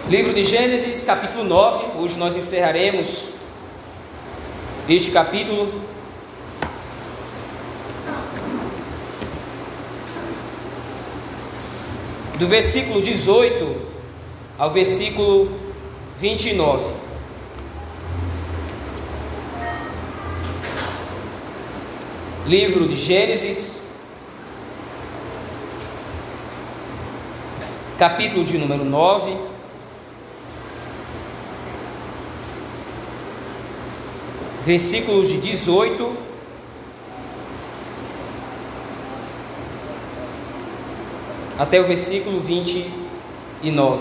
Livro de Gênesis, capítulo 9. Hoje nós encerraremos este capítulo. Do versículo 18 ao versículo 29. Livro de Gênesis, capítulo de número 9, versículos de 18 até o versículo 29.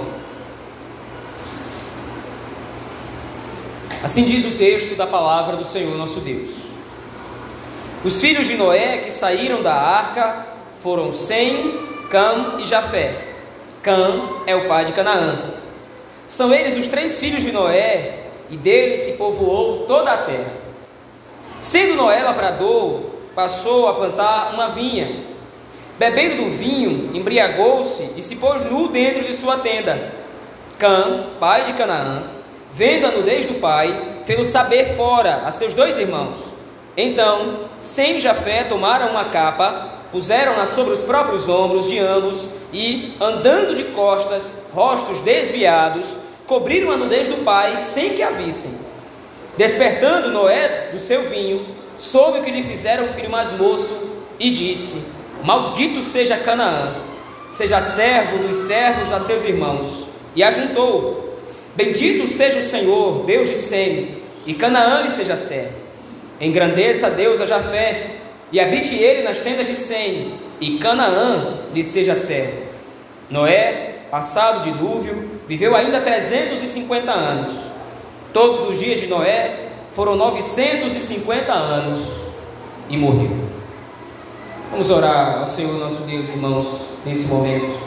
Assim diz o texto da palavra do Senhor nosso Deus. Os filhos de Noé que saíram da arca foram Sem, Cam e Jafé. Cam é o pai de Canaã. São eles os 3 filhos de Noé, e dele se povoou toda a terra. Sendo Noé lavrador, passou a plantar uma vinha. Bebendo do vinho, embriagou-se e se pôs nu dentro de sua tenda. Cam, pai de Canaã, vendo a nudez do pai, fez-o saber fora a seus 2 irmãos. Então, Sem e Jafé tomaram uma capa, puseram-na sobre os próprios ombros de ambos e, andando de costas, rostos desviados, cobriram a nudez do pai sem que a vissem. Despertando Noé do seu vinho, soube o que lhe fizeram o filho mais moço e disse: Maldito seja Canaã, seja servo dos servos de seus irmãos. E ajuntou: Bendito seja o Senhor, Deus de Sem, e Canaã lhe seja servo. Engrandeça a Deus a Jafé, e habite ele nas tendas de Sem, e Canaã lhe seja servo. Noé, passado o dilúvio, viveu ainda 350 anos. Todos os dias de Noé foram 950 anos e morreu. Vamos orar ao Senhor nosso Deus, irmãos, nesse momento.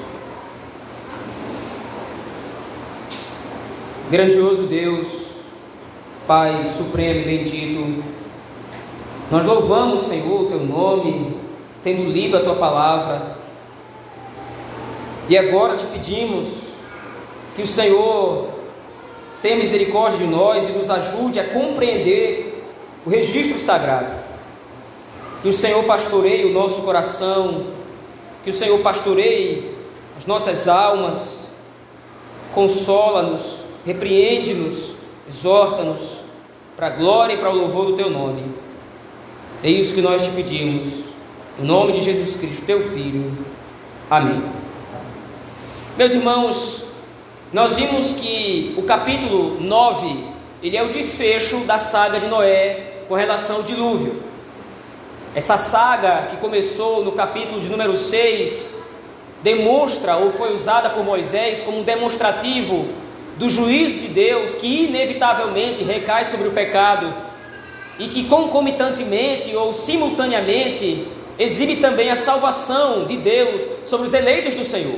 Grandioso Deus, Pai supremo e bendito, nós louvamos, Senhor, o Teu nome, tendo lido a Tua palavra, e agora te pedimos que o Senhor tenha misericórdia de nós e nos ajude a compreender o registro sagrado. Que o Senhor pastoreie o nosso coração, que o Senhor pastoreie as nossas almas, consola-nos, repreende-nos, exorta-nos para a glória e para o louvor do Teu nome. É isso que nós te pedimos, no nome de Jesus Cristo, Teu Filho. Amém. Meus irmãos, nós vimos que o capítulo 9, ele é o desfecho da saga de Noé com relação ao dilúvio. Essa saga que começou no capítulo de número 6, demonstra ou foi usada por Moisés como um demonstrativo do juízo de Deus que inevitavelmente recai sobre o pecado e que concomitantemente ou simultaneamente exibe também a salvação de Deus sobre os eleitos do Senhor.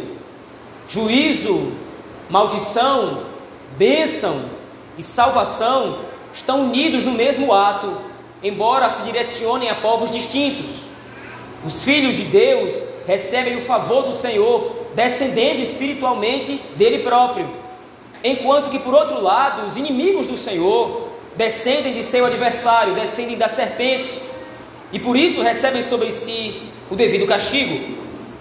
Juízo, maldição, bênção e salvação estão unidos no mesmo ato, embora se direcionem a povos distintos. Os filhos de Deus recebem o favor do Senhor, descendendo espiritualmente dele próprio, enquanto que, por outro lado, os inimigos do Senhor descendem de seu adversário, descendem da serpente, e por isso recebem sobre si o devido castigo.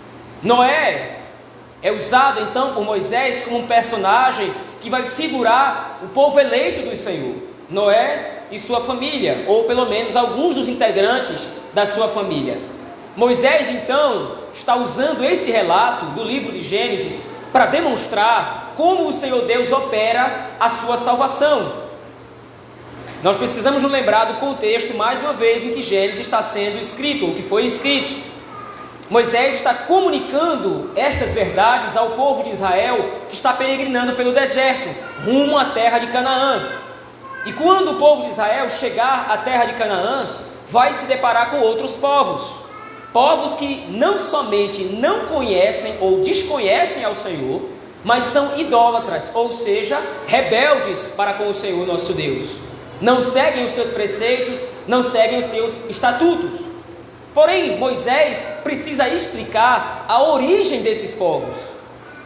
Noé é usado então por Moisés como um personagem que vai figurar o povo eleito do Senhor, Noé e sua família, ou pelo menos alguns dos integrantes da sua família. Moisés então está usando esse relato do livro de Gênesis para demonstrar como o Senhor Deus opera a sua salvação. Nós precisamos nos lembrar do contexto mais uma vez em que Gênesis está sendo escrito, ou que foi escrito. Moisés está comunicando estas verdades ao povo de Israel que está peregrinando pelo deserto, rumo à terra de Canaã. E quando o povo de Israel chegar à terra de Canaã, vai se deparar com outros povos. Povos que não somente não conhecem ou desconhecem ao Senhor, mas são idólatras, ou seja, rebeldes para com o Senhor nosso Deus. Não seguem os seus preceitos, não seguem os seus estatutos. Porém, Moisés precisa explicar a origem desses povos.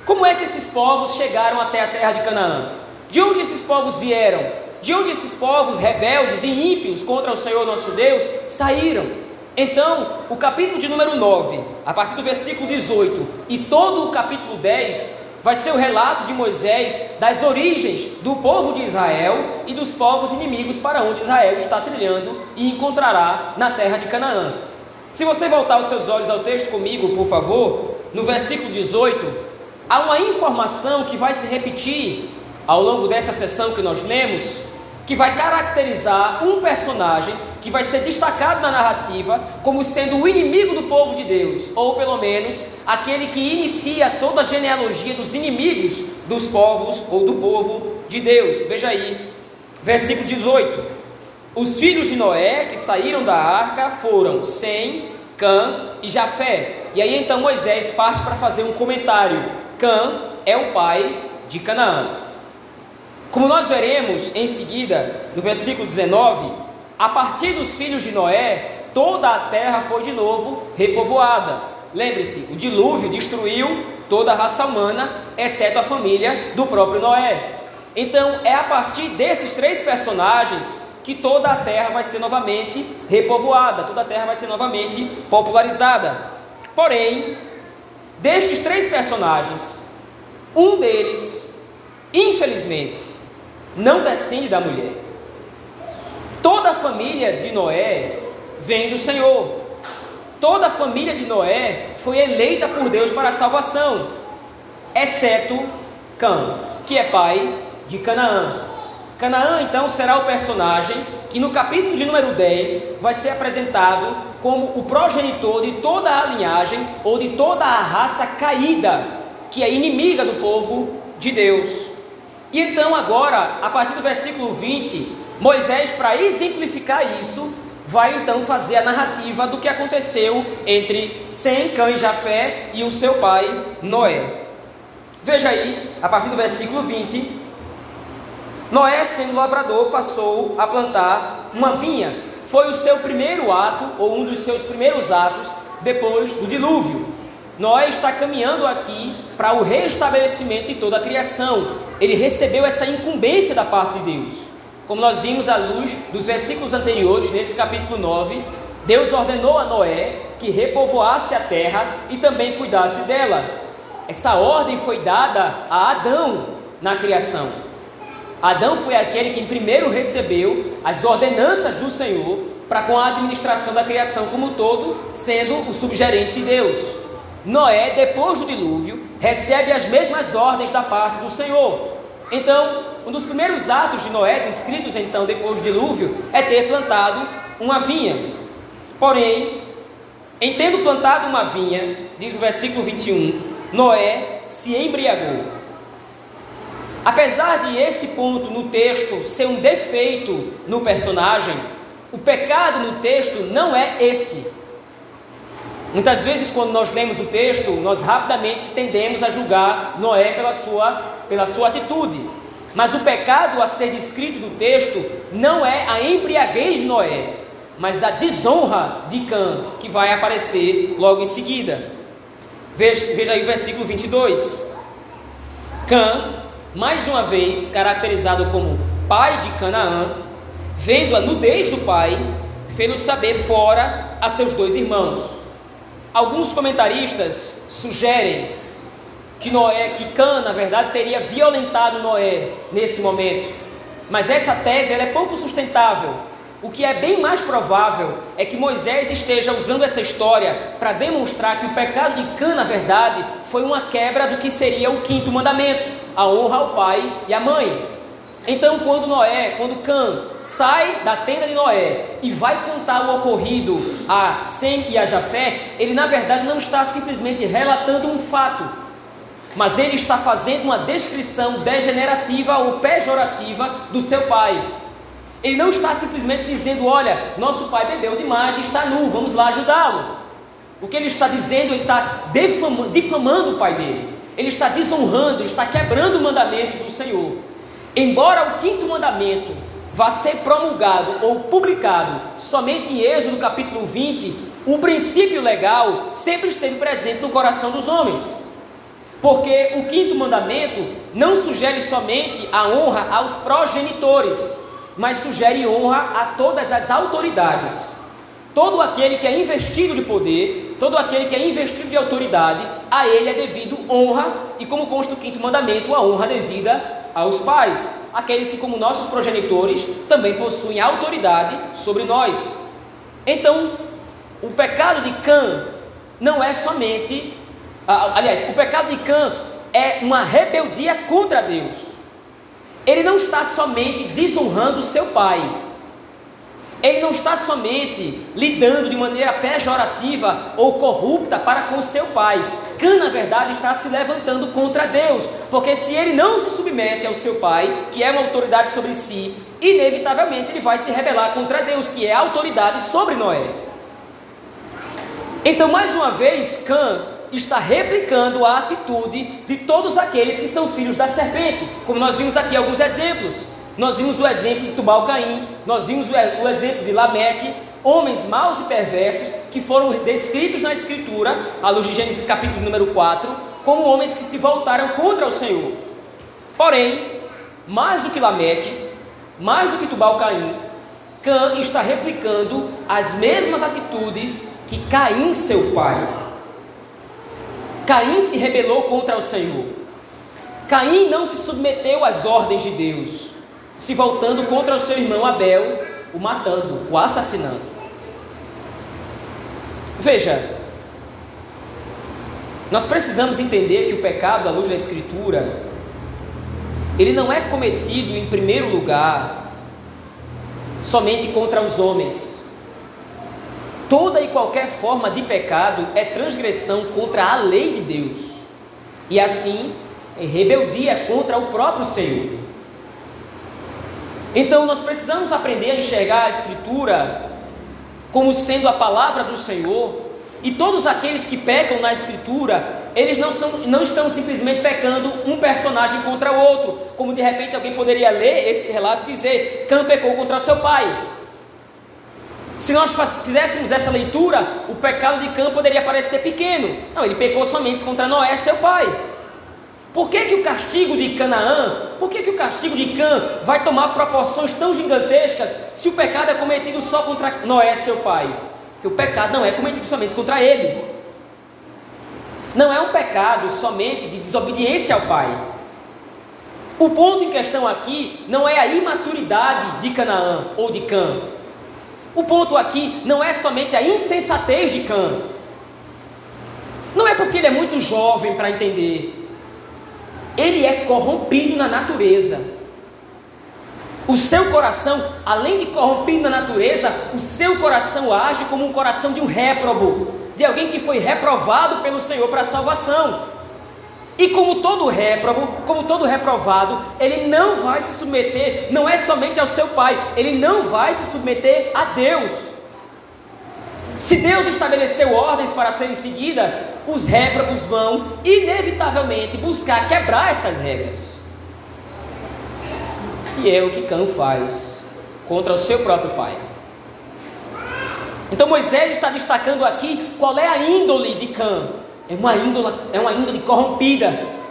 Como é que esses povos chegaram até a terra de Canaã? De onde esses povos vieram? De onde esses povos rebeldes e ímpios contra o Senhor nosso Deus saíram? Então, o capítulo de número 9, a partir do versículo 18, e todo o capítulo 10, vai ser o relato de Moisés das origens do povo de Israel e dos povos inimigos para onde Israel está trilhando e encontrará na terra de Canaã. Se você voltar os seus olhos ao texto comigo, por favor, no versículo 18, há uma informação que vai se repetir ao longo dessa sessão que nós lemos, que vai caracterizar um personagem que vai ser destacado na narrativa como sendo o inimigo do povo de Deus, ou pelo menos aquele que inicia toda a genealogia dos inimigos dos povos ou do povo de Deus. Veja aí, versículo 18: os filhos de Noé que saíram da arca foram Sem, Cã e Jafé. E aí então Moisés parte para fazer um comentário. Cã é o pai de Canaã. Como nós veremos em seguida, no versículo 19, a partir dos filhos de Noé, toda a terra foi de novo repovoada. Lembre-se, o dilúvio destruiu toda a raça humana, exceto a família do próprio Noé. Então, é a partir desses três personagens que toda a terra vai ser novamente repovoada, toda a terra vai ser novamente popularizada. Porém, destes três personagens, um deles, infelizmente, não descende da mulher. Toda a família de Noé vem do Senhor. Toda a família de Noé foi eleita por Deus para a salvação, exceto Cã, que é pai de Canaã. Canaã, então, será o personagem que no capítulo de número 10 vai ser apresentado como o progenitor de toda a linhagem ou de toda a raça caída, que é inimiga do povo de Deus. E então agora, a partir do versículo 20, Moisés, para exemplificar isso, vai então fazer a narrativa do que aconteceu entre Sem, Cã e Jafé e o seu pai Noé. Veja aí, a partir do versículo 20, Noé, sendo lavrador, passou a plantar uma vinha. Foi o seu primeiro ato, ou um dos seus primeiros atos, depois do dilúvio. Noé está caminhando aqui para o restabelecimento de toda a criação. Ele recebeu essa incumbência da parte de Deus. Como nós vimos à luz dos versículos anteriores, nesse capítulo 9, Deus ordenou a Noé que repovoasse a terra e também cuidasse dela. Essa ordem foi dada a Adão na criação. Adão foi aquele que primeiro recebeu as ordenanças do Senhor para com a administração da criação como um todo, sendo o subgerente de Deus. Noé, depois do dilúvio, recebe as mesmas ordens da parte do Senhor. Então, um dos primeiros atos de Noé, descritos então depois do dilúvio, é ter plantado uma vinha. Porém, em tendo plantado uma vinha, diz o versículo 21, Noé se embriagou. Apesar de esse ponto no texto ser um defeito no personagem, o pecado no texto não é esse. Muitas vezes, quando nós lemos o texto, nós rapidamente tendemos a julgar Noé pela sua atitude. Mas o pecado a ser descrito do texto não é a embriaguez de Noé, mas a desonra de Cã, que vai aparecer logo em seguida. Veja aí o versículo 22. Cã, mais uma vez caracterizado como pai de Canaã, vendo a nudez do pai, fez-o saber fora a seus dois irmãos. Alguns comentaristas sugerem que Cã, na verdade, teria violentado Noé nesse momento. Mas essa tese ela é pouco sustentável. O que é bem mais provável é que Moisés esteja usando essa história para demonstrar que o pecado de Cã, na verdade, foi uma quebra do que seria o 5º mandamento, a honra ao pai e à mãe. Então, quando Cã sai da tenda de Noé e vai contar o ocorrido a Sem e a Jafé, ele na verdade não está simplesmente relatando um fato, mas ele está fazendo uma descrição degenerativa ou pejorativa do seu pai. Ele não está simplesmente dizendo, olha, nosso pai bebeu demais e está nu, vamos lá ajudá-lo. O que ele está dizendo, ele está difamando o pai dele. Ele está desonrando, ele está quebrando o mandamento do Senhor. Embora o 5º mandamento vá ser promulgado ou publicado somente em Êxodo capítulo 20, o princípio legal sempre esteve presente no coração dos homens. Porque o quinto mandamento não sugere somente a honra aos progenitores, mas sugere honra a todas as autoridades. Todo aquele que é investido de poder, todo aquele que é investido de autoridade, a ele é devido honra, e como consta o quinto mandamento, a honra devida aos pais, aqueles que, como nossos progenitores, também possuem autoridade sobre nós. Então, o pecado de Cã não é somente, o pecado de Cã é uma rebeldia contra Deus. Ele não está somente desonrando seu pai, ele não está somente lidando de maneira pejorativa ou corrupta para com seu pai. Cã, na verdade, está se levantando contra Deus, porque se ele não se submete ao seu pai, que é uma autoridade sobre si, inevitavelmente ele vai se rebelar contra Deus, que é a autoridade sobre Noé. Então, mais uma vez, Cã está replicando a atitude de todos aqueles que são filhos da serpente, como nós vimos aqui alguns exemplos. Nós vimos o exemplo de Tubal-Caim, nós vimos o exemplo de Lameque, homens maus e perversos que foram descritos na Escritura, à luz de Gênesis capítulo número 4, como homens que se voltaram contra o Senhor. Porém, mais do que Lameque, mais do que Tubal-Caim, Cã está replicando as mesmas atitudes que Caim, seu pai. Caim se rebelou contra o Senhor. Caim não se submeteu às ordens de Deus, se voltando contra o seu irmão Abel, o matando, o assassinando. Veja, nós precisamos entender que o pecado, à luz da Escritura, ele não é cometido em primeiro lugar somente contra os homens. Toda e qualquer forma de pecado é transgressão contra a lei de Deus, e assim é rebeldia contra o próprio Senhor. Então nós precisamos aprender a enxergar a Escritura como sendo a palavra do Senhor, e todos aqueles que pecam na Escritura, eles não estão simplesmente pecando um personagem contra o outro, como de repente alguém poderia ler esse relato e dizer: Cã pecou contra seu pai. Se nós fizéssemos essa leitura, o pecado de Cã poderia parecer pequeno. Não, ele pecou somente contra Noé, seu pai. Por que o castigo de Canaã, por que o castigo de Cã vai tomar proporções tão gigantescas se o pecado é cometido só contra Noé, seu pai? Porque o pecado não é cometido somente contra ele. Não é um pecado somente de desobediência ao pai. O ponto em questão aqui não é a imaturidade de Canaã ou de Cã. O ponto aqui não é somente a insensatez de Cã. Não é porque ele é muito jovem para entender. Ele é corrompido na natureza. O seu coração, além de corrompido na natureza, o seu coração age como um coração de um réprobo, de alguém que foi reprovado pelo Senhor para a salvação. E como todo réprobo, como todo reprovado, ele não vai se submeter, não é somente ao seu pai, ele não vai se submeter a Deus. Se Deus estabeleceu ordens para serem seguidas, os réprobos vão inevitavelmente buscar quebrar essas regras. E é o que Cã faz contra o seu próprio pai. Então Moisés está destacando aqui qual é a índole de Cã. É uma índole corrompida.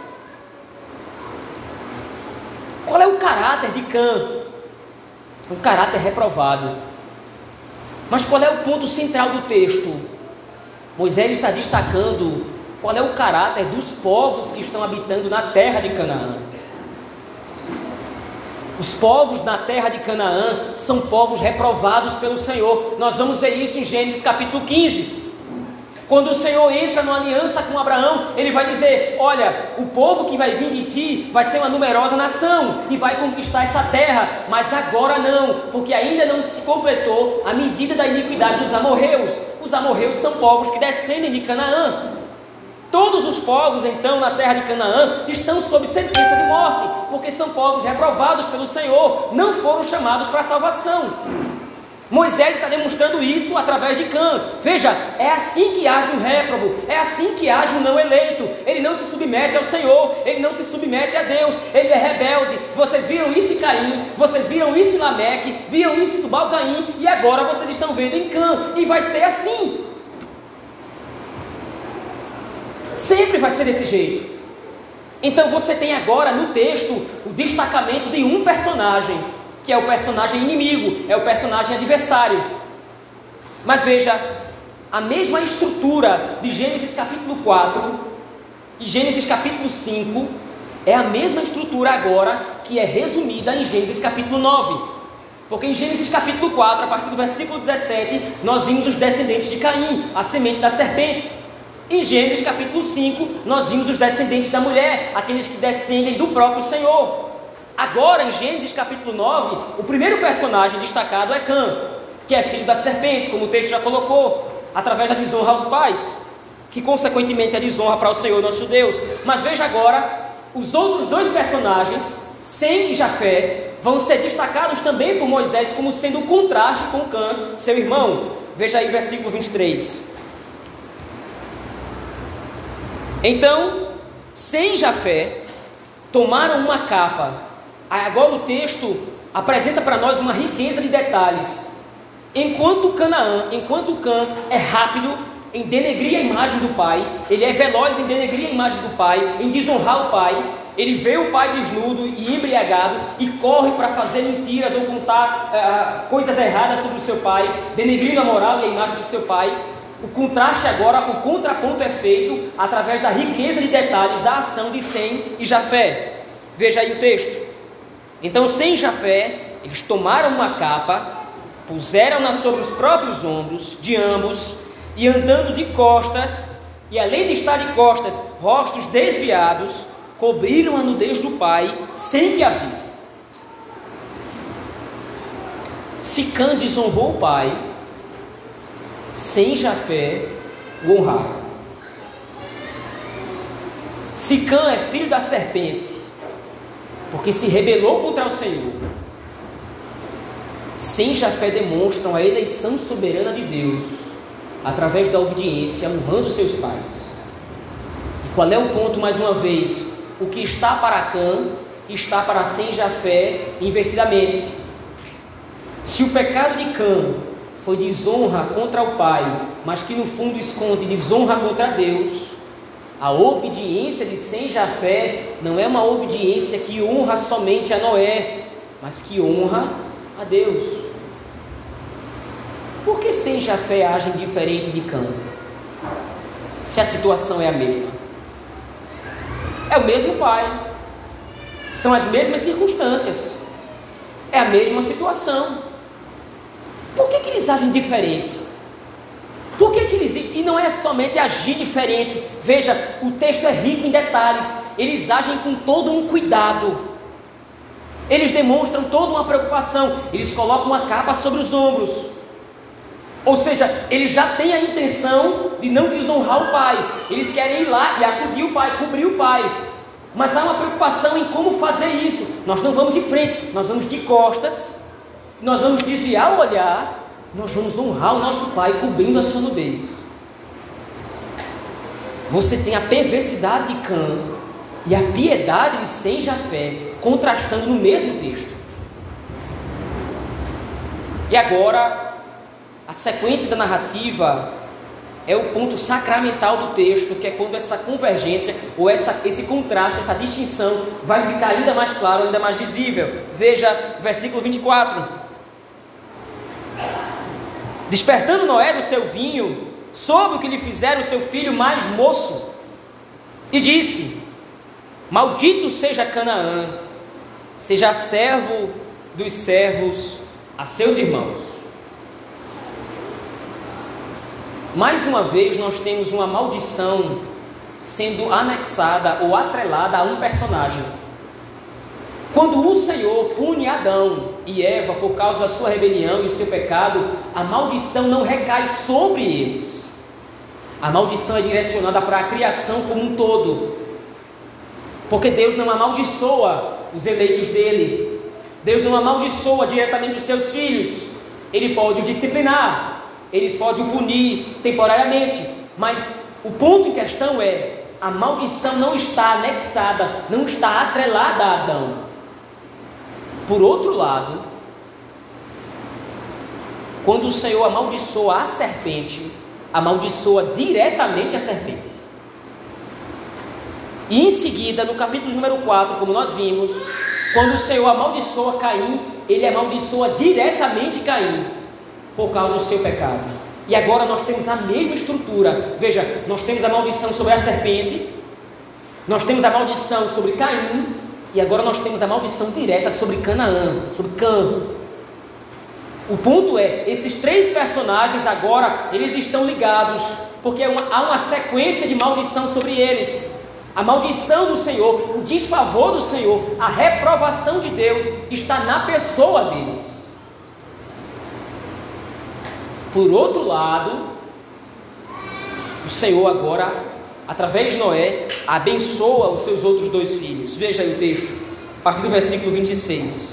Qual é o caráter de Cã? Um caráter reprovado. Mas qual é o ponto central do texto? Moisés está destacando qual é o caráter dos povos que estão habitando na terra de Canaã. Os povos na terra de Canaã são povos reprovados pelo Senhor. Nós vamos ver isso em Gênesis capítulo 15. Quando o Senhor entra numa aliança com Abraão, ele vai dizer: olha, o povo que vai vir de ti vai ser uma numerosa nação e vai conquistar essa terra, mas agora não, porque ainda não se completou a medida da iniquidade dos amorreus. Os amorreus são povos que descendem de Canaã. Todos os povos então na terra de Canaã estão sob sentença de morte, porque são povos reprovados pelo Senhor, não foram chamados para a salvação. Moisés está demonstrando isso através de Cã. Veja, é assim que age um réprobo, é assim que age um não eleito. Ele não se submete ao Senhor, ele não se submete a Deus, ele é rebelde. Vocês viram isso em Caim, vocês viram isso em Lameque, viram isso em Tubal-Caim, e agora vocês estão vendo em Cã, e vai ser assim. Sempre vai ser desse jeito. Então você tem agora no texto o destacamento de um personagem, que é o personagem inimigo, é o personagem adversário. Mas veja, a mesma estrutura de Gênesis capítulo 4 e Gênesis capítulo 5 é a mesma estrutura agora que é resumida em Gênesis capítulo 9. Porque em Gênesis capítulo 4, a partir do versículo 17, nós vimos os descendentes de Caim, a semente da serpente. Em Gênesis capítulo 5, nós vimos os descendentes da mulher, aqueles que descendem do próprio Senhor. Agora, em Gênesis capítulo 9, o primeiro personagem destacado é Cã, que é filho da serpente, como o texto já colocou, através da desonra aos pais, que consequentemente é desonra para o Senhor nosso Deus. Mas veja agora, os outros dois personagens, Sem e Jafé, vão ser destacados também por Moisés como sendo um contraste com Cã, seu irmão. Veja aí o versículo 23. Então, Sem e Jafé tomaram uma capa. Agora o texto apresenta para nós uma riqueza de detalhes. Enquanto Cã é rápido em denegrir a imagem do pai, ele é veloz em denegrir a imagem do pai, em desonrar o pai, ele vê o pai desnudo e embriagado e corre para fazer mentiras ou contar coisas erradas sobre o seu pai, denegrindo a moral e a imagem do seu pai. O contraste agora, o contraponto é feito através da riqueza de detalhes da ação de Sem e Jafé. Veja aí o texto. Então Sem e Jafé, eles tomaram uma capa, puseram-na sobre os próprios ombros de ambos, e andando de costas, e além de estar de costas, rostos desviados, cobriram a nudez do pai, sem que a visse. Se Cã desonrou o pai, Sem e Jafé o honraram. Se Cã é filho da serpente, porque se rebelou contra o Senhor, Sem e Jafé demonstram a eleição soberana de Deus, através da obediência, honrando seus pais. E qual é o ponto, mais uma vez? O que está para Cã, está para Sem e Jafé invertidamente. Se o pecado de Cã foi desonra contra o pai, mas que no fundo esconde desonra contra Deus, a obediência de Sem e Jafé não é uma obediência que honra somente a Noé, mas que honra a Deus. Por que Sem e Jafé agem diferente de Cã, se a situação é a mesma? É o mesmo pai, são as mesmas circunstâncias, é a mesma situação. Por que eles agem diferente? Por que eles... E não é somente agir diferente. Veja, o texto é rico em detalhes. Eles agem com todo um cuidado. Eles demonstram toda uma preocupação. Eles colocam uma capa sobre os ombros. Ou seja, eles já têm a intenção de não desonrar o pai. Eles querem ir lá e acudir o pai, cobrir o pai. Mas há uma preocupação em como fazer isso. Nós não vamos de frente, nós vamos de costas. Nós vamos desviar o olhar, nós vamos honrar o nosso pai cobrindo a sua nudez. Você tem a perversidade de Cã e a piedade de Sem e Jafé contrastando no mesmo texto. E agora, a sequência da narrativa é o ponto sacramental do texto, que é quando essa convergência, ou esse contraste, essa distinção vai ficar ainda mais claro, ainda mais visível. Veja, versículo 24. Despertando Noé do seu vinho, soube o que lhe fizeram o seu filho mais moço, e disse: maldito seja Canaã, seja servo dos servos a seus irmãos. Mais uma vez nós temos uma maldição sendo anexada ou atrelada a um personagem. Quando o Senhor pune Adão e Eva por causa da sua rebelião e o seu pecado, a maldição não recai sobre eles. A maldição é direcionada para a criação como um todo. Porque Deus não amaldiçoa os eleitos dele. Deus não amaldiçoa diretamente os seus filhos. Ele pode os disciplinar, eles podem o punir temporariamente. Mas o ponto em questão é: a maldição não está anexada, não está atrelada a Adão. Por outro lado, quando o Senhor amaldiçoa a serpente, amaldiçoa diretamente a serpente. E em seguida, no capítulo número 4, como nós vimos, quando o Senhor amaldiçoa Caim, ele amaldiçoa diretamente Caim, por causa do seu pecado. E agora nós temos a mesma estrutura. Veja, nós temos a maldição sobre a serpente, nós temos a maldição sobre Caim, e agora nós temos a maldição direta sobre Canaã, sobre Cã. O ponto é, esses três personagens agora, eles estão ligados, porque há uma sequência de maldição sobre eles. A maldição do Senhor, o desfavor do Senhor, a reprovação de Deus está na pessoa deles. Por outro lado, o Senhor agora, através de Noé, abençoa os seus outros dois filhos. Veja aí o texto, a partir do versículo 26.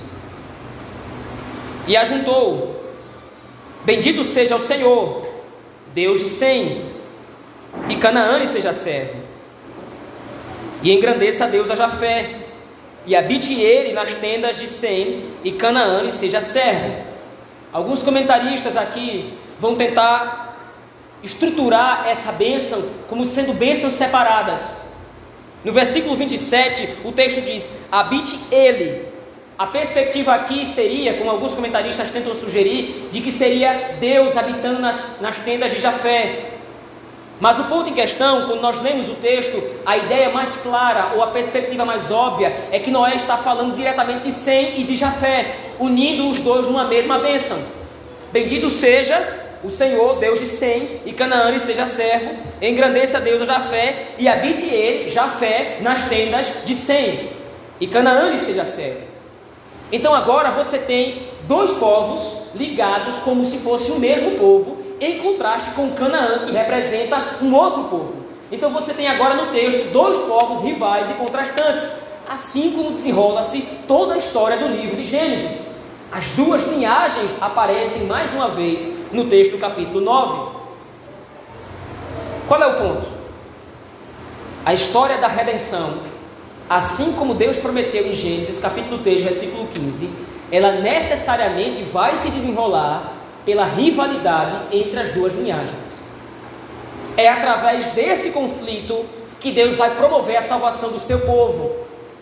E ajuntou: bendito seja o Senhor, Deus de Sem, e Canaã lhe seja servo. E engrandeça a Deus a Jafé, e habite ele nas tendas de Sem, e Canaã lhe seja servo. Alguns comentaristas aqui vão tentar estruturar essa bênção como sendo bênçãos separadas. No versículo 27, o texto diz: habite ele. A perspectiva aqui seria, como alguns comentaristas tentam sugerir, de que seria Deus habitando nas tendas de Jafé. Mas o ponto em questão, quando nós lemos o texto, a ideia mais clara, ou a perspectiva mais óbvia, é que Noé está falando diretamente de Sem e de Jafé, unindo os dois numa mesma bênção. Bendito seja o Senhor, Deus de Sem, e Canaã lhe seja servo, engrandeça a Deus a Jafé, e habite ele, Jafé, nas tendas de Sem, e Canaã lhe seja servo. Então agora você tem dois povos ligados como se fosse o mesmo povo, em contraste com Canaã, que representa um outro povo. Então você tem agora no texto dois povos rivais e contrastantes, assim como desenrola-se toda a história do livro de Gênesis. As duas linhagens aparecem mais uma vez no texto do capítulo 9. Qual é o ponto? A história da redenção, assim como Deus prometeu em Gênesis capítulo 3, versículo 15, ela necessariamente vai se desenrolar pela rivalidade entre as duas linhagens. É através desse conflito que Deus vai promover a salvação do seu povo.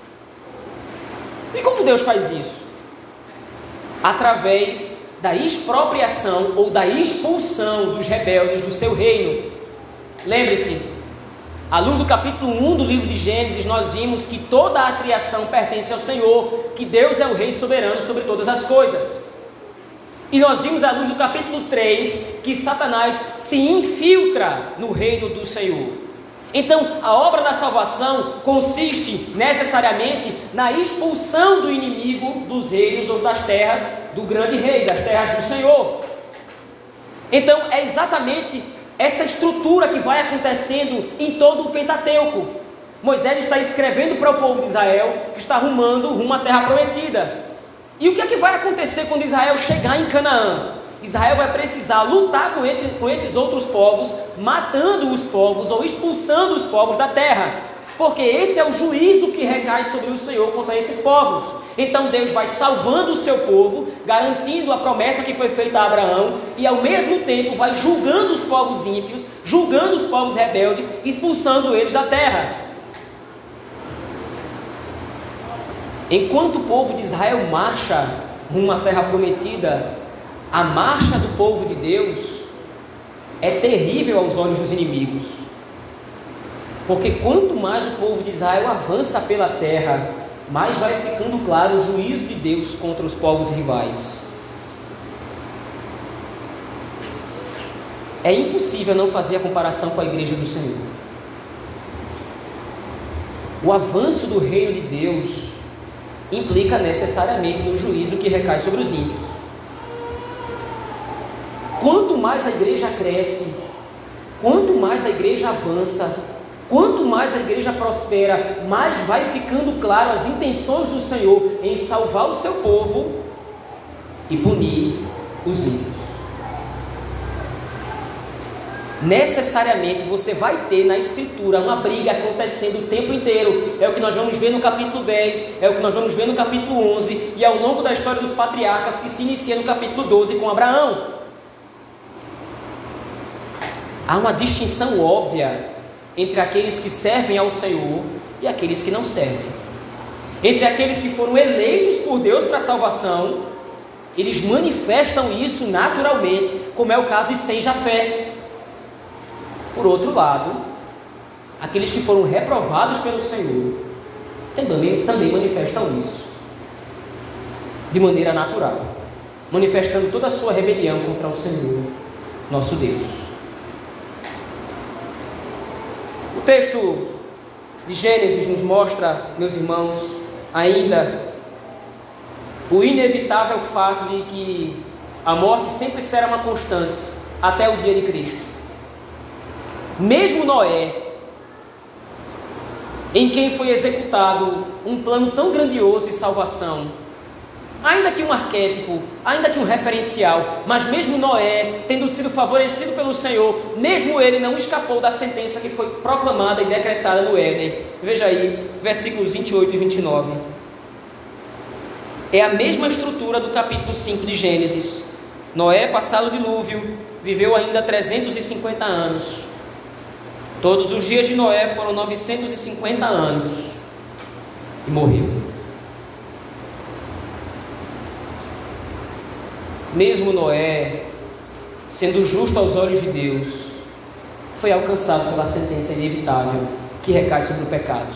E como Deus faz isso? Através da expropriação ou da expulsão dos rebeldes do seu reino. Lembre-se, à luz do capítulo 1 do livro de Gênesis, nós vimos que toda a criação pertence ao Senhor, que Deus é o Rei soberano sobre todas as coisas. E nós vimos à luz do capítulo 3 que Satanás se infiltra no reino do Senhor. Então, a obra da salvação consiste necessariamente na expulsão do inimigo dos reinos ou das terras do grande rei, das terras do Senhor. Então, é exatamente essa estrutura que vai acontecendo em todo o Pentateuco. Moisés está escrevendo para o povo de Israel que está rumo à terra prometida. E o que é que vai acontecer quando Israel chegar em Canaã? Israel vai precisar lutar com esses outros povos, matando os povos ou expulsando os povos da terra, porque esse é o juízo que recai sobre o Senhor contra esses povos. Então Deus vai salvando o seu povo, garantindo a promessa que foi feita a Abraão, e ao mesmo tempo vai julgando os povos ímpios, julgando os povos rebeldes, expulsando eles da terra. Enquanto o povo de Israel marcha rumo à terra prometida, a marcha do povo de Deus é terrível aos olhos dos inimigos, porque quanto mais o povo de Israel avança pela terra, mais vai ficando claro o juízo de Deus contra os povos rivais. É impossível não fazer a comparação com a igreja do Senhor. O avanço do reino de Deus implica necessariamente no juízo que recai sobre os ímpios. Quanto mais a igreja cresce, quanto mais a igreja avança, quanto mais a igreja prospera, mais vai ficando claro as intenções do Senhor em salvar o seu povo e punir os ímpios. Necessariamente você vai ter na Escritura uma briga acontecendo o tempo inteiro. É o que nós vamos ver no capítulo 10, é o que nós vamos ver no capítulo 11 e ao longo da história dos patriarcas, que se inicia no capítulo 12 com Abraão. Há uma distinção óbvia entre aqueles que servem ao Senhor e aqueles que não servem. Entre aqueles que foram eleitos por Deus para a salvação, eles manifestam isso naturalmente, como é o caso de Sem e Jafé. Por outro lado, aqueles que foram reprovados pelo Senhor também manifestam isso de maneira natural, manifestando toda a sua rebelião contra o Senhor, nosso Deus. O texto de Gênesis nos mostra, meus irmãos, ainda o inevitável fato de que a morte sempre será uma constante até o dia de Cristo. Mesmo Noé, em quem foi executado um plano tão grandioso de salvação, ainda que um arquétipo, ainda que um referencial, mas mesmo Noé, tendo sido favorecido pelo Senhor, mesmo ele não escapou da sentença que foi proclamada e decretada no Éden. Veja aí, versículos 28 e 29. É a mesma estrutura do capítulo 5 de Gênesis. Noé, passado o dilúvio, viveu ainda 350 anos. Todos os dias de Noé foram 950 anos e morreu. Mesmo Noé, sendo justo aos olhos de Deus, foi alcançado pela sentença inevitável que recai sobre o pecado.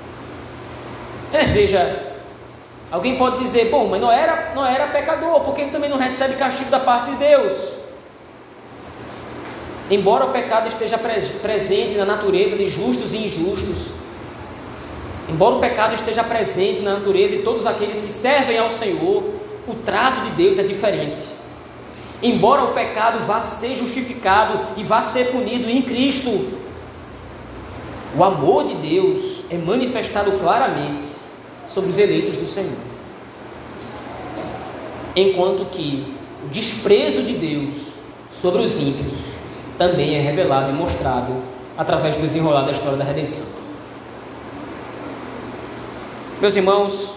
Veja, alguém pode dizer, bom, mas Noé era pecador, porque ele também não recebe castigo da parte de Deus. Embora o pecado esteja presente na natureza de justos e injustos, embora o pecado esteja presente na natureza de todos aqueles que servem ao Senhor, o trato de Deus é diferente. Embora o pecado vá ser justificado e vá ser punido em Cristo, o amor de Deus é manifestado claramente sobre os eleitos do Senhor. Enquanto que o desprezo de Deus sobre os ímpios também é revelado e mostrado através do desenrolar da história da redenção. Meus irmãos,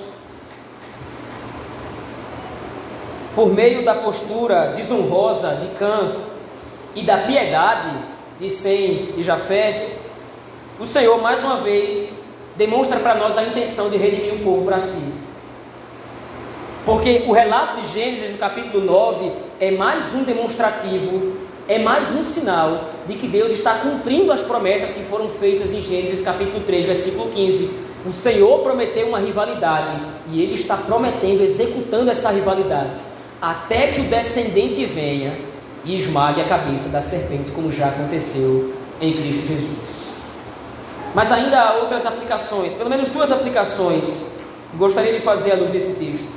por meio da postura desonrosa de Cã e da piedade de Sem e Jafé, o Senhor mais uma vez demonstra para nós a intenção de redimir o povo para si. Porque o relato de Gênesis no capítulo 9 é mais um demonstrativo, é mais um sinal de que Deus está cumprindo as promessas que foram feitas em Gênesis capítulo 3, versículo 15. O Senhor prometeu uma rivalidade e Ele está prometendo, executando essa rivalidade, até que o descendente venha e esmague a cabeça da serpente, como já aconteceu em Cristo Jesus. Mas ainda há outras aplicações, pelo menos duas aplicações, que gostaria de fazer à luz desse texto.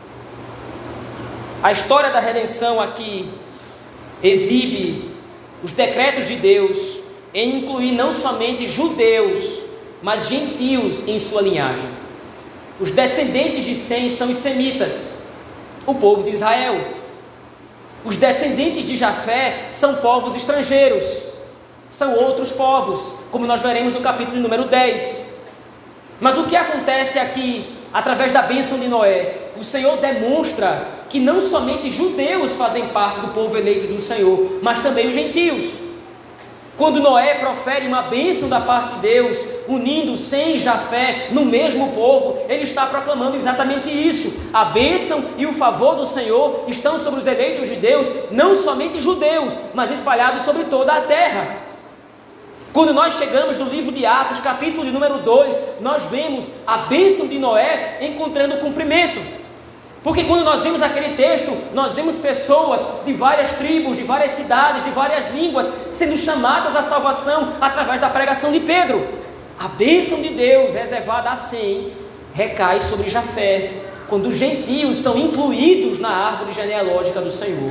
A história da redenção aqui exibe os decretos de Deus em incluir não somente judeus, mas gentios em sua linhagem. Os descendentes de Sem são os semitas, o povo de Israel. Os descendentes de Jafé são povos estrangeiros, são outros povos, como nós veremos no capítulo número 10. Mas o que acontece aqui, através da bênção de Noé? O Senhor demonstra que não somente judeus fazem parte do povo eleito do Senhor, mas também os gentios. Quando Noé profere uma bênção da parte de Deus, unindo Sem e Jafé no mesmo povo, ele está proclamando exatamente isso. A bênção e o favor do Senhor estão sobre os eleitos de Deus, não somente judeus, mas espalhados sobre toda a terra. Quando nós chegamos no livro de Atos, capítulo de número 2, nós vemos a bênção de Noé encontrando cumprimento. Porque quando nós vemos aquele texto, nós vemos pessoas de várias tribos, de várias cidades, de várias línguas, sendo chamadas à salvação através da pregação de Pedro. A bênção de Deus reservada a Sem recai sobre Jafé, quando os gentios são incluídos na árvore genealógica do Senhor.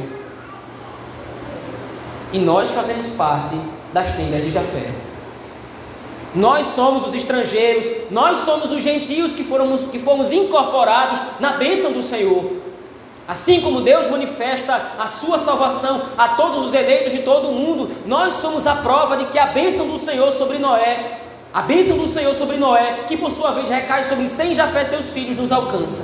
E nós fazemos parte das tendas de Jafé. Nós somos os estrangeiros, nós somos os gentios que fomos incorporados na bênção do Senhor. Assim como Deus manifesta a sua salvação a todos os eleitos de todo o mundo, nós somos a prova de que a bênção do Senhor sobre Noé, a bênção do Senhor sobre Noé, que por sua vez recai sobre Sem e Jafé, seus filhos, nos alcança.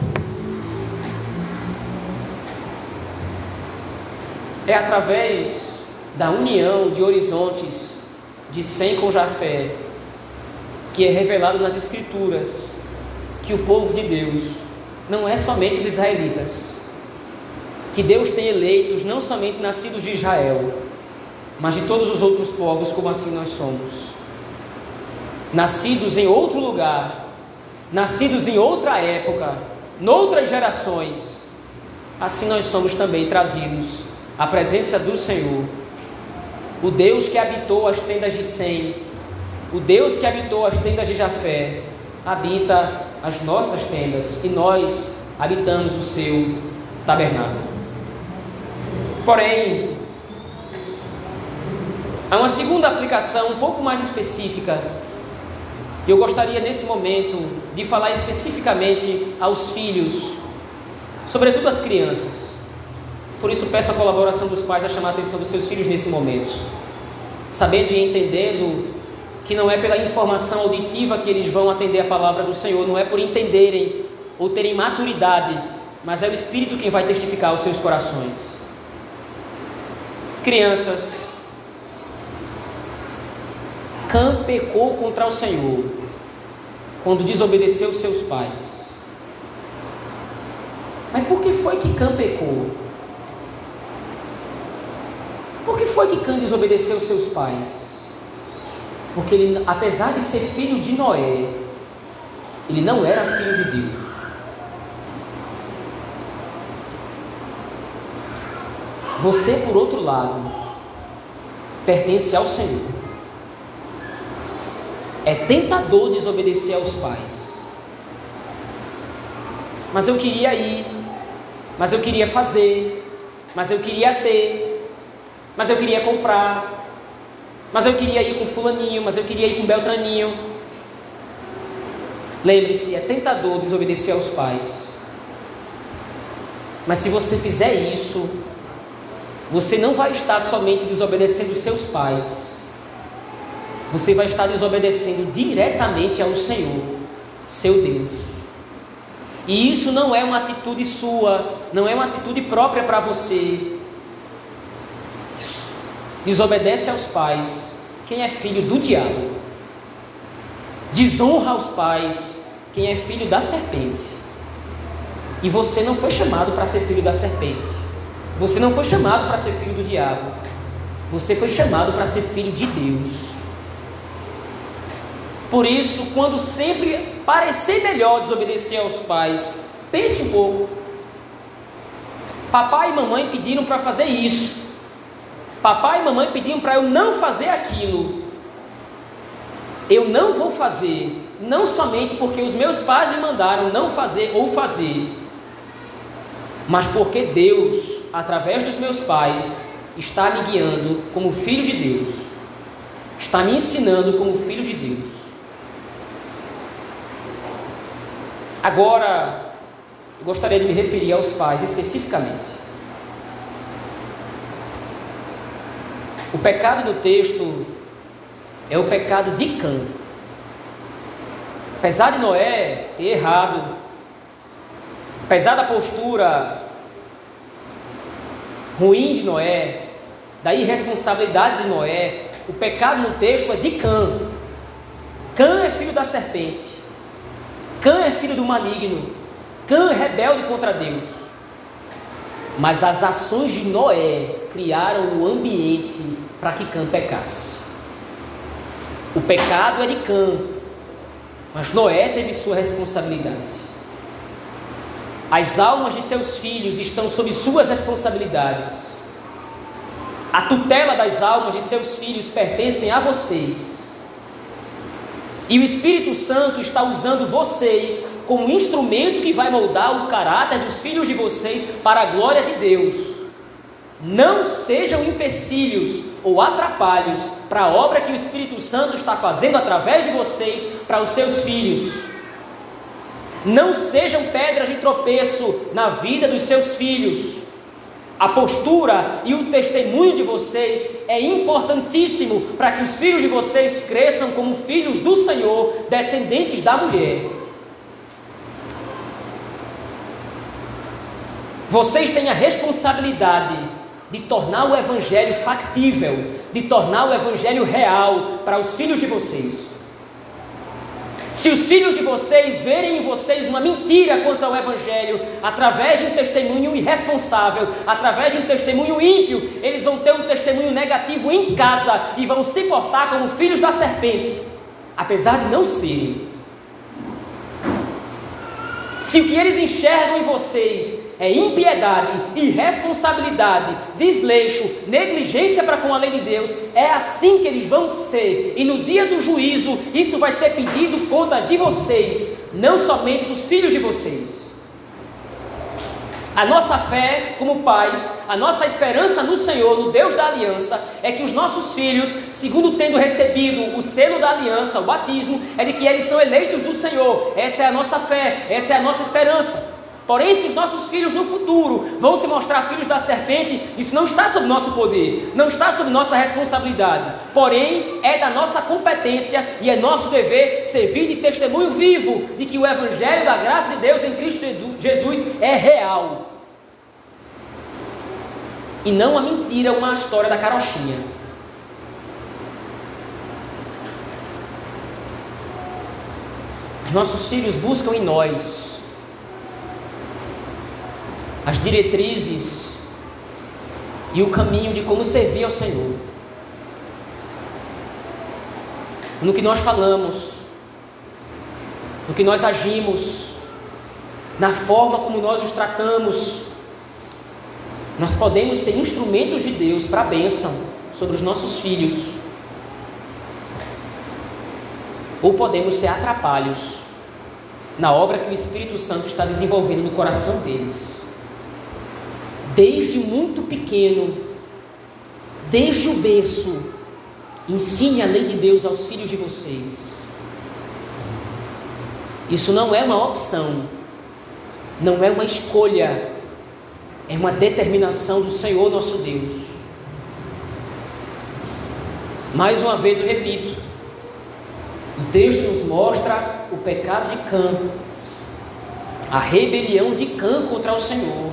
É através da união de horizontes de Sem com Jafé que é revelado nas Escrituras, que o povo de Deus não é somente os israelitas, que Deus tem eleitos não somente nascidos de Israel, mas de todos os outros povos, como assim nós somos, nascidos em outro lugar, nascidos em outra época, noutras gerações. Assim nós somos também trazidos à presença do Senhor, o Deus que habitou as tendas de Sem, o Deus que habitou as tendas de Jafé, habita as nossas tendas, e nós habitamos o seu tabernáculo. Porém, há uma segunda aplicação um pouco mais específica, e eu gostaria nesse momento de falar especificamente aos filhos, sobretudo às crianças. Por isso peço a colaboração dos pais a chamar a atenção dos seus filhos nesse momento, sabendo e entendendo que não é pela informação auditiva que eles vão atender a palavra do Senhor, não é por entenderem ou terem maturidade, mas é o Espírito quem vai testificar aos seus corações. Crianças, Cã pecou contra o Senhor quando desobedeceu os seus pais. Mas por que foi que Cã pecou? Por que foi que Cã desobedeceu os seus pais? Porque ele, apesar de ser filho de Noé, ele não era filho de Deus. Você, por outro lado, pertence ao Senhor. É tentador desobedecer aos pais. Mas eu queria ir, mas eu queria fazer, mas eu queria ter, mas eu queria comprar, mas eu queria ir com fulaninho, mas eu queria ir com beltraninho. Lembre-se, é tentador desobedecer aos pais. Mas se você fizer isso, você não vai estar somente desobedecendo os seus pais, você vai estar desobedecendo diretamente ao Senhor, seu Deus. E isso não é uma atitude sua, não é uma atitude própria para você. Desobedece aos pais quem é filho do diabo. Desonra aos pais quem é filho da serpente. E você não foi chamado para ser filho da serpente. Você não foi chamado para ser filho do diabo. Você foi chamado para ser filho de Deus. Por isso, quando sempre parecer melhor desobedecer aos pais, pense um pouco. Papai e mamãe pediram para fazer isso. Papai e mamãe pediram para eu não fazer aquilo. Eu não vou fazer, não somente porque os meus pais me mandaram não fazer ou fazer, mas porque Deus, através dos meus pais, está me guiando como filho de Deus, está me ensinando como filho de Deus. Agora, eu gostaria de me referir aos pais especificamente. O pecado no texto é o pecado de Cã. Apesar de Noé ter errado, apesar da postura ruim de Noé, da irresponsabilidade de Noé, o pecado no texto é de Cã. Cã é filho da serpente. Cã é filho do maligno. Cã é rebelde contra Deus. Mas as ações de Noé criaram o ambiente para que Cã pecasse. O pecado é de Cã, mas Noé teve sua responsabilidade. As almas de seus filhos estão sob suas responsabilidades. A tutela das almas de seus filhos pertencem a vocês. E o Espírito Santo está usando vocês como instrumento que vai moldar o caráter dos filhos de vocês para a glória de Deus. Não sejam empecilhos ou atrapalhos para a obra que o Espírito Santo está fazendo através de vocês para os seus filhos. Não sejam pedras de tropeço na vida dos seus filhos. A postura e o testemunho de vocês é importantíssimo para que os filhos de vocês cresçam como filhos do Senhor, descendentes da mulher. Vocês têm a responsabilidade de tornar o Evangelho factível, de tornar o Evangelho real para os filhos de vocês. Se os filhos de vocês verem em vocês uma mentira quanto ao Evangelho, através de um testemunho irresponsável, através de um testemunho ímpio, eles vão ter um testemunho negativo em casa e vão se portar como filhos da serpente, apesar de não serem. Se o que eles enxergam em vocês é impiedade, irresponsabilidade, desleixo, negligência para com a lei de Deus, é assim que eles vão ser. E no dia do juízo, isso vai ser pedido conta de vocês, não somente dos filhos de vocês. A nossa fé como pais, a nossa esperança no Senhor, no Deus da aliança, é que os nossos filhos, segundo tendo recebido o selo da aliança, o batismo, é de que eles são eleitos do Senhor. Essa é a nossa fé, essa é a nossa esperança. Porém, se os nossos filhos no futuro vão se mostrar filhos da serpente, isso não está sob nosso poder, não está sob nossa responsabilidade. Porém, é da nossa competência e é nosso dever servir de testemunho vivo de que o Evangelho da graça de Deus em Cristo Jesus é real. E não a mentira, uma história da carochinha. Os nossos filhos buscam em nós as diretrizes e o caminho de como servir ao Senhor. No que nós falamos, no que nós agimos, na forma como nós os tratamos, nós podemos ser instrumentos de Deus para a bênção sobre os nossos filhos, ou podemos ser atrapalhos na obra que o Espírito Santo está desenvolvendo no coração deles. Desde muito pequeno, desde o berço, ensine a lei de Deus aos filhos de vocês. Isso não é uma opção, não é uma escolha, é uma determinação do Senhor nosso Deus. Mais uma vez eu repito, o texto nos mostra o pecado de Cã, a rebelião de Cã contra o Senhor.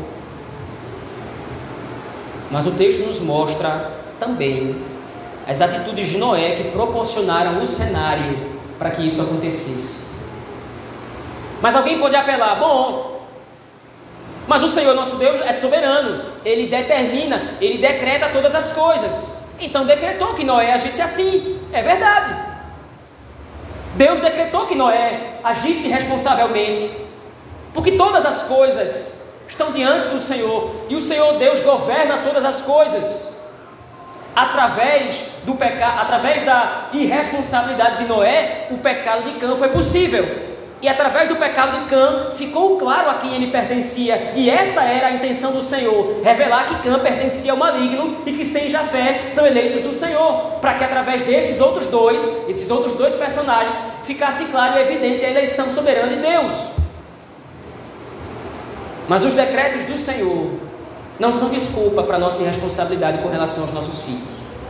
Mas o texto nos mostra também as atitudes de Noé que proporcionaram o cenário para que isso acontecesse. Mas alguém pode apelar, mas o Senhor nosso Deus é soberano, Ele determina, Ele decreta todas as coisas. Então decretou que Noé agisse assim, é verdade. Deus decretou que Noé agisse responsavelmente, porque todas as coisas estão diante do Senhor, e o Senhor Deus governa todas as coisas. Através do pecado, através da irresponsabilidade de Noé, o pecado de Cã foi possível. E através do pecado de Cã, ficou claro a quem ele pertencia. E essa era a intenção do Senhor, revelar que Cã pertencia ao maligno e que Sem e Jafé são eleitos do Senhor, para que através esses outros dois personagens, ficasse claro e evidente a eleição soberana de Deus. Mas os decretos do Senhor não são desculpa para a nossa irresponsabilidade com relação aos nossos filhos.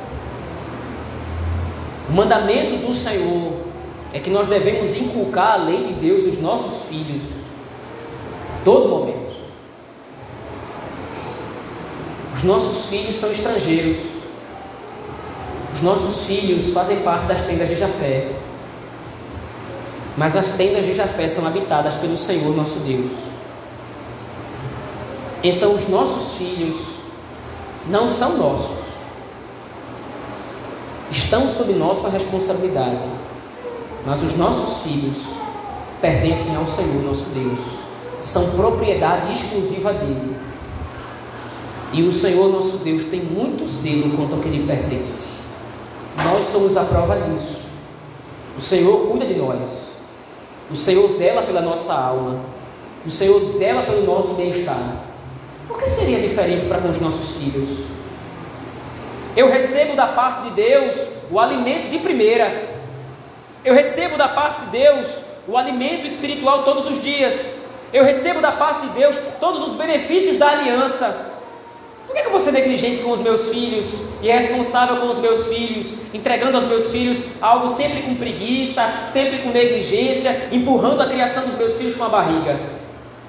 O mandamento do Senhor é que nós devemos inculcar a lei de Deus dos nossos filhos, todo momento. Os nossos filhos são estrangeiros. Os nossos filhos fazem parte das tendas de Jafé. Mas as tendas de Jafé são habitadas pelo Senhor nosso Deus. Então os nossos filhos não são nossos, estão sob nossa responsabilidade, mas os nossos filhos pertencem ao Senhor nosso Deus, são propriedade exclusiva dele, e o Senhor nosso Deus tem muito zelo quanto ao que lhe pertence. Nós somos a prova disso. O Senhor cuida de nós, o Senhor zela pela nossa alma, o Senhor zela pelo nosso bem-estar. Por que seria diferente para com os nossos filhos? Eu recebo da parte de Deus o alimento de primeira. Eu recebo da parte de Deus o alimento espiritual todos os dias. Eu recebo da parte de Deus todos os benefícios da aliança. Por que eu vou ser negligente com os meus filhos, irresponsável com os meus filhos, entregando aos meus filhos algo sempre com preguiça, sempre com negligência, empurrando a criação dos meus filhos com a barriga?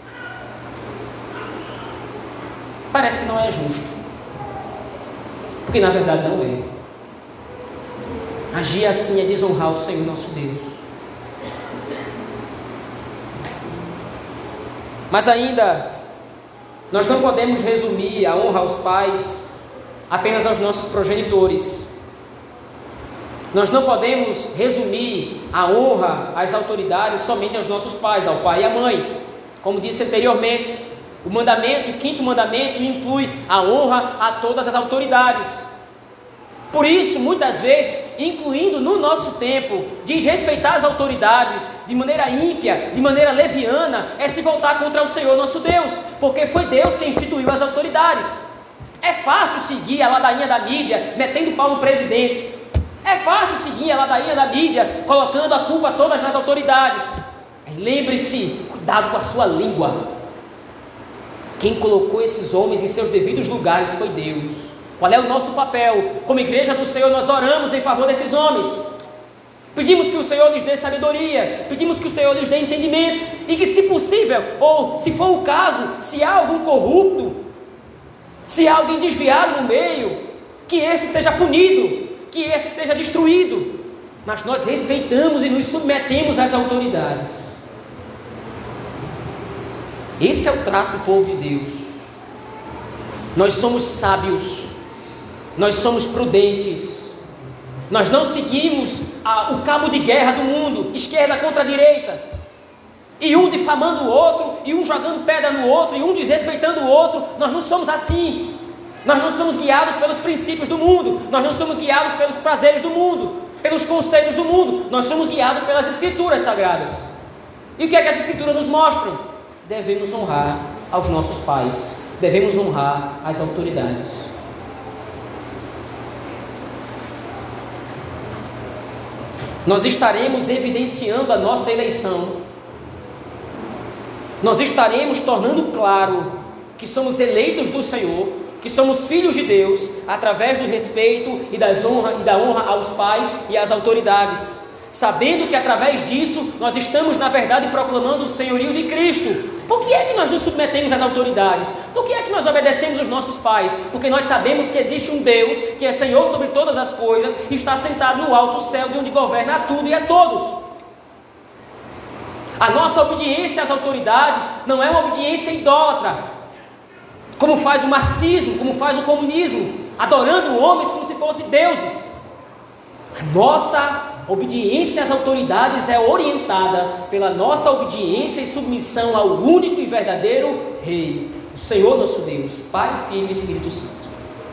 Parece que não é justo, porque na verdade não é. Agir assim é desonrar o Senhor nosso Deus. Mas ainda, nós não podemos resumir a honra aos pais apenas aos nossos progenitores. Nós não podemos resumir a honra às autoridades somente aos nossos pais, ao pai e à mãe. Como disse anteriormente, o quinto mandamento inclui a honra a todas as autoridades. Por isso, muitas vezes, incluindo no nosso tempo, desrespeitar as autoridades de maneira ímpia, de maneira leviana, é se voltar contra o Senhor nosso Deus, porque foi Deus quem instituiu as autoridades. É fácil seguir a ladainha da mídia, metendo pau no presidente. É fácil seguir a ladainha da mídia, colocando a culpa todas nas autoridades. Lembre-se, cuidado com a sua língua. Quem colocou esses homens em seus devidos lugares foi Deus. Qual é o nosso papel? Como igreja do Senhor, nós oramos em favor desses homens. Pedimos que o Senhor lhes dê sabedoria, pedimos que o Senhor lhes dê entendimento, e que, se possível, ou se for o caso, se há algum corrupto, se há alguém desviado no meio, que esse seja punido, que esse seja destruído. Mas nós respeitamos e nos submetemos às autoridades. Esse é o trato do povo de Deus. Nós somos sábios, nós somos prudentes, nós não seguimos o cabo de guerra do mundo, esquerda contra direita, e um difamando o outro, e um jogando pedra no outro, e um desrespeitando o outro. Nós não somos assim. Nós não somos guiados pelos princípios do mundo, nós não somos guiados pelos prazeres do mundo, pelos conselhos do mundo. Nós somos guiados pelas Escrituras Sagradas. E o que é que as Escrituras nos mostram? Devemos honrar aos nossos pais, devemos honrar as autoridades. Nós estaremos evidenciando a nossa eleição, nós estaremos tornando claro que somos eleitos do Senhor, que somos filhos de Deus, através do respeito e da honra aos pais e às autoridades, sabendo que através disso nós estamos, na verdade, proclamando o senhorio de Cristo. Por que é que nós nos submetemos às autoridades? Por que é que nós obedecemos os nossos pais? Porque nós sabemos que existe um Deus que é Senhor sobre todas as coisas e está sentado no alto céu, de onde governa a tudo e a todos. A nossa obediência às autoridades não é uma obediência idólatra, como faz o marxismo, como faz o comunismo, adorando homens como se fossem deuses. A nossa obediência às autoridades é orientada pela nossa obediência e submissão ao único e verdadeiro Rei, o Senhor nosso Deus, Pai, Filho e Espírito Santo.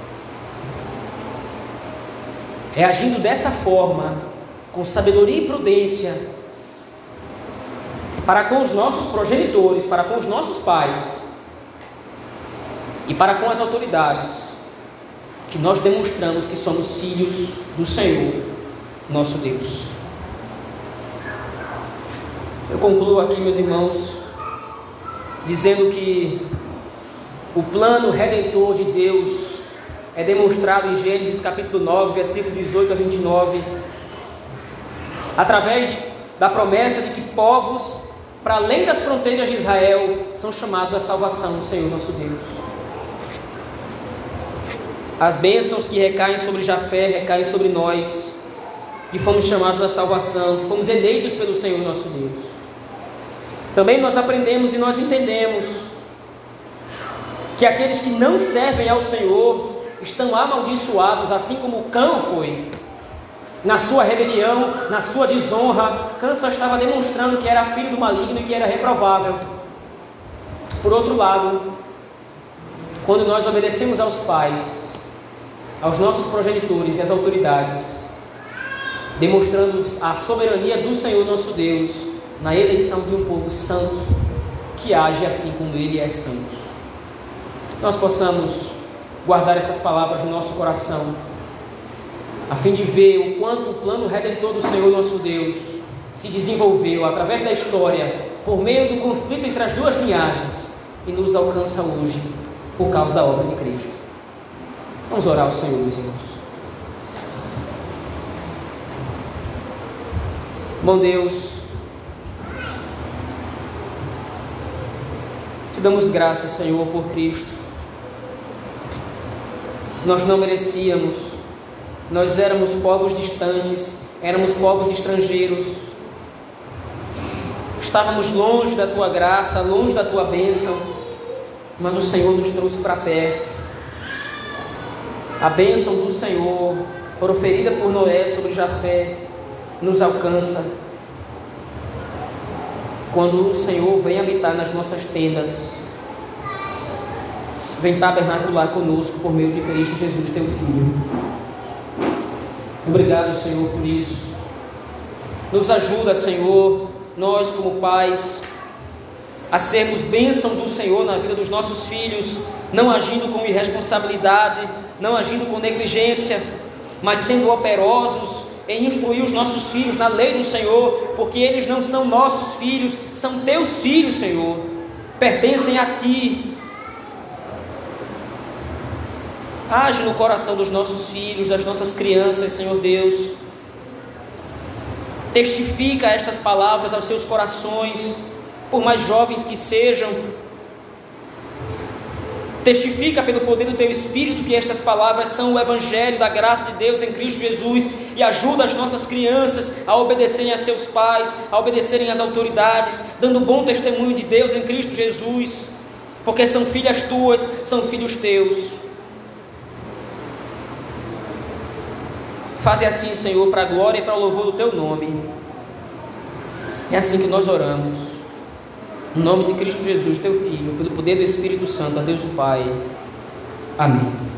É agindo dessa forma, com sabedoria e prudência, para com os nossos progenitores, para com os nossos pais e para com as autoridades, que nós demonstramos que somos filhos do Senhor nosso Deus. Eu concluo aqui, meus irmãos, dizendo que o plano redentor de Deus é demonstrado em Gênesis capítulo 9, versículo 18 a 29, através da promessa de que povos para além das fronteiras de Israel são chamados à salvação do Senhor nosso Deus. As bênçãos que recaem sobre Jafé recaem sobre nós, que fomos chamados à salvação, que fomos eleitos pelo Senhor nosso Deus. Também nós aprendemos e nós entendemos que aqueles que não servem ao Senhor estão amaldiçoados, assim como Cão foi. Na sua rebelião, na sua desonra, Cã só estava demonstrando que era filho do maligno e que era reprovável. Por outro lado, quando nós obedecemos aos pais, aos nossos progenitores e às autoridades, demonstrando a soberania do Senhor nosso Deus na eleição de um povo santo, que age assim como Ele é santo. Nós possamos guardar essas palavras no nosso coração, a fim de ver o quanto o plano redentor do Senhor nosso Deus se desenvolveu através da história, por meio do conflito entre as duas linhagens, e nos alcança hoje por causa da obra de Cristo. Vamos orar ao Senhor, meus irmãos. Bom Deus, te damos graças, Senhor, por Cristo. Nós não merecíamos, nós éramos povos distantes, éramos povos estrangeiros, Estávamos longe da tua graça, longe da tua bênção, mas o Senhor nos trouxe para perto. A bênção do Senhor, proferida por Noé sobre Jafé, nos alcança quando o Senhor vem habitar nas nossas tendas, vem tabernacular conosco por meio de Cristo Jesus, teu Filho. Obrigado, Senhor, por isso. Nos ajuda, Senhor, nós como pais, a sermos bênção do Senhor na vida dos nossos filhos, não agindo com irresponsabilidade, não agindo com negligência, mas sendo operosos em instruir os nossos filhos na lei do Senhor, porque eles não são nossos filhos, são teus filhos, Senhor, pertencem a Ti. Age no coração dos nossos filhos, das nossas crianças, Senhor Deus. Testifica estas palavras aos seus corações, por mais jovens que sejam. Testifica pelo poder do Teu Espírito que estas palavras são o Evangelho da graça de Deus em Cristo Jesus, e ajuda as nossas crianças a obedecerem a seus pais, a obedecerem às autoridades, dando bom testemunho de Deus em Cristo Jesus, porque são filhas Tuas, são filhos Teus. Faze assim, Senhor, para a glória e para o louvor do Teu nome. É assim que nós oramos, em nome de Cristo Jesus, Teu Filho, pelo poder do Espírito Santo, a Deus o Pai. Amém.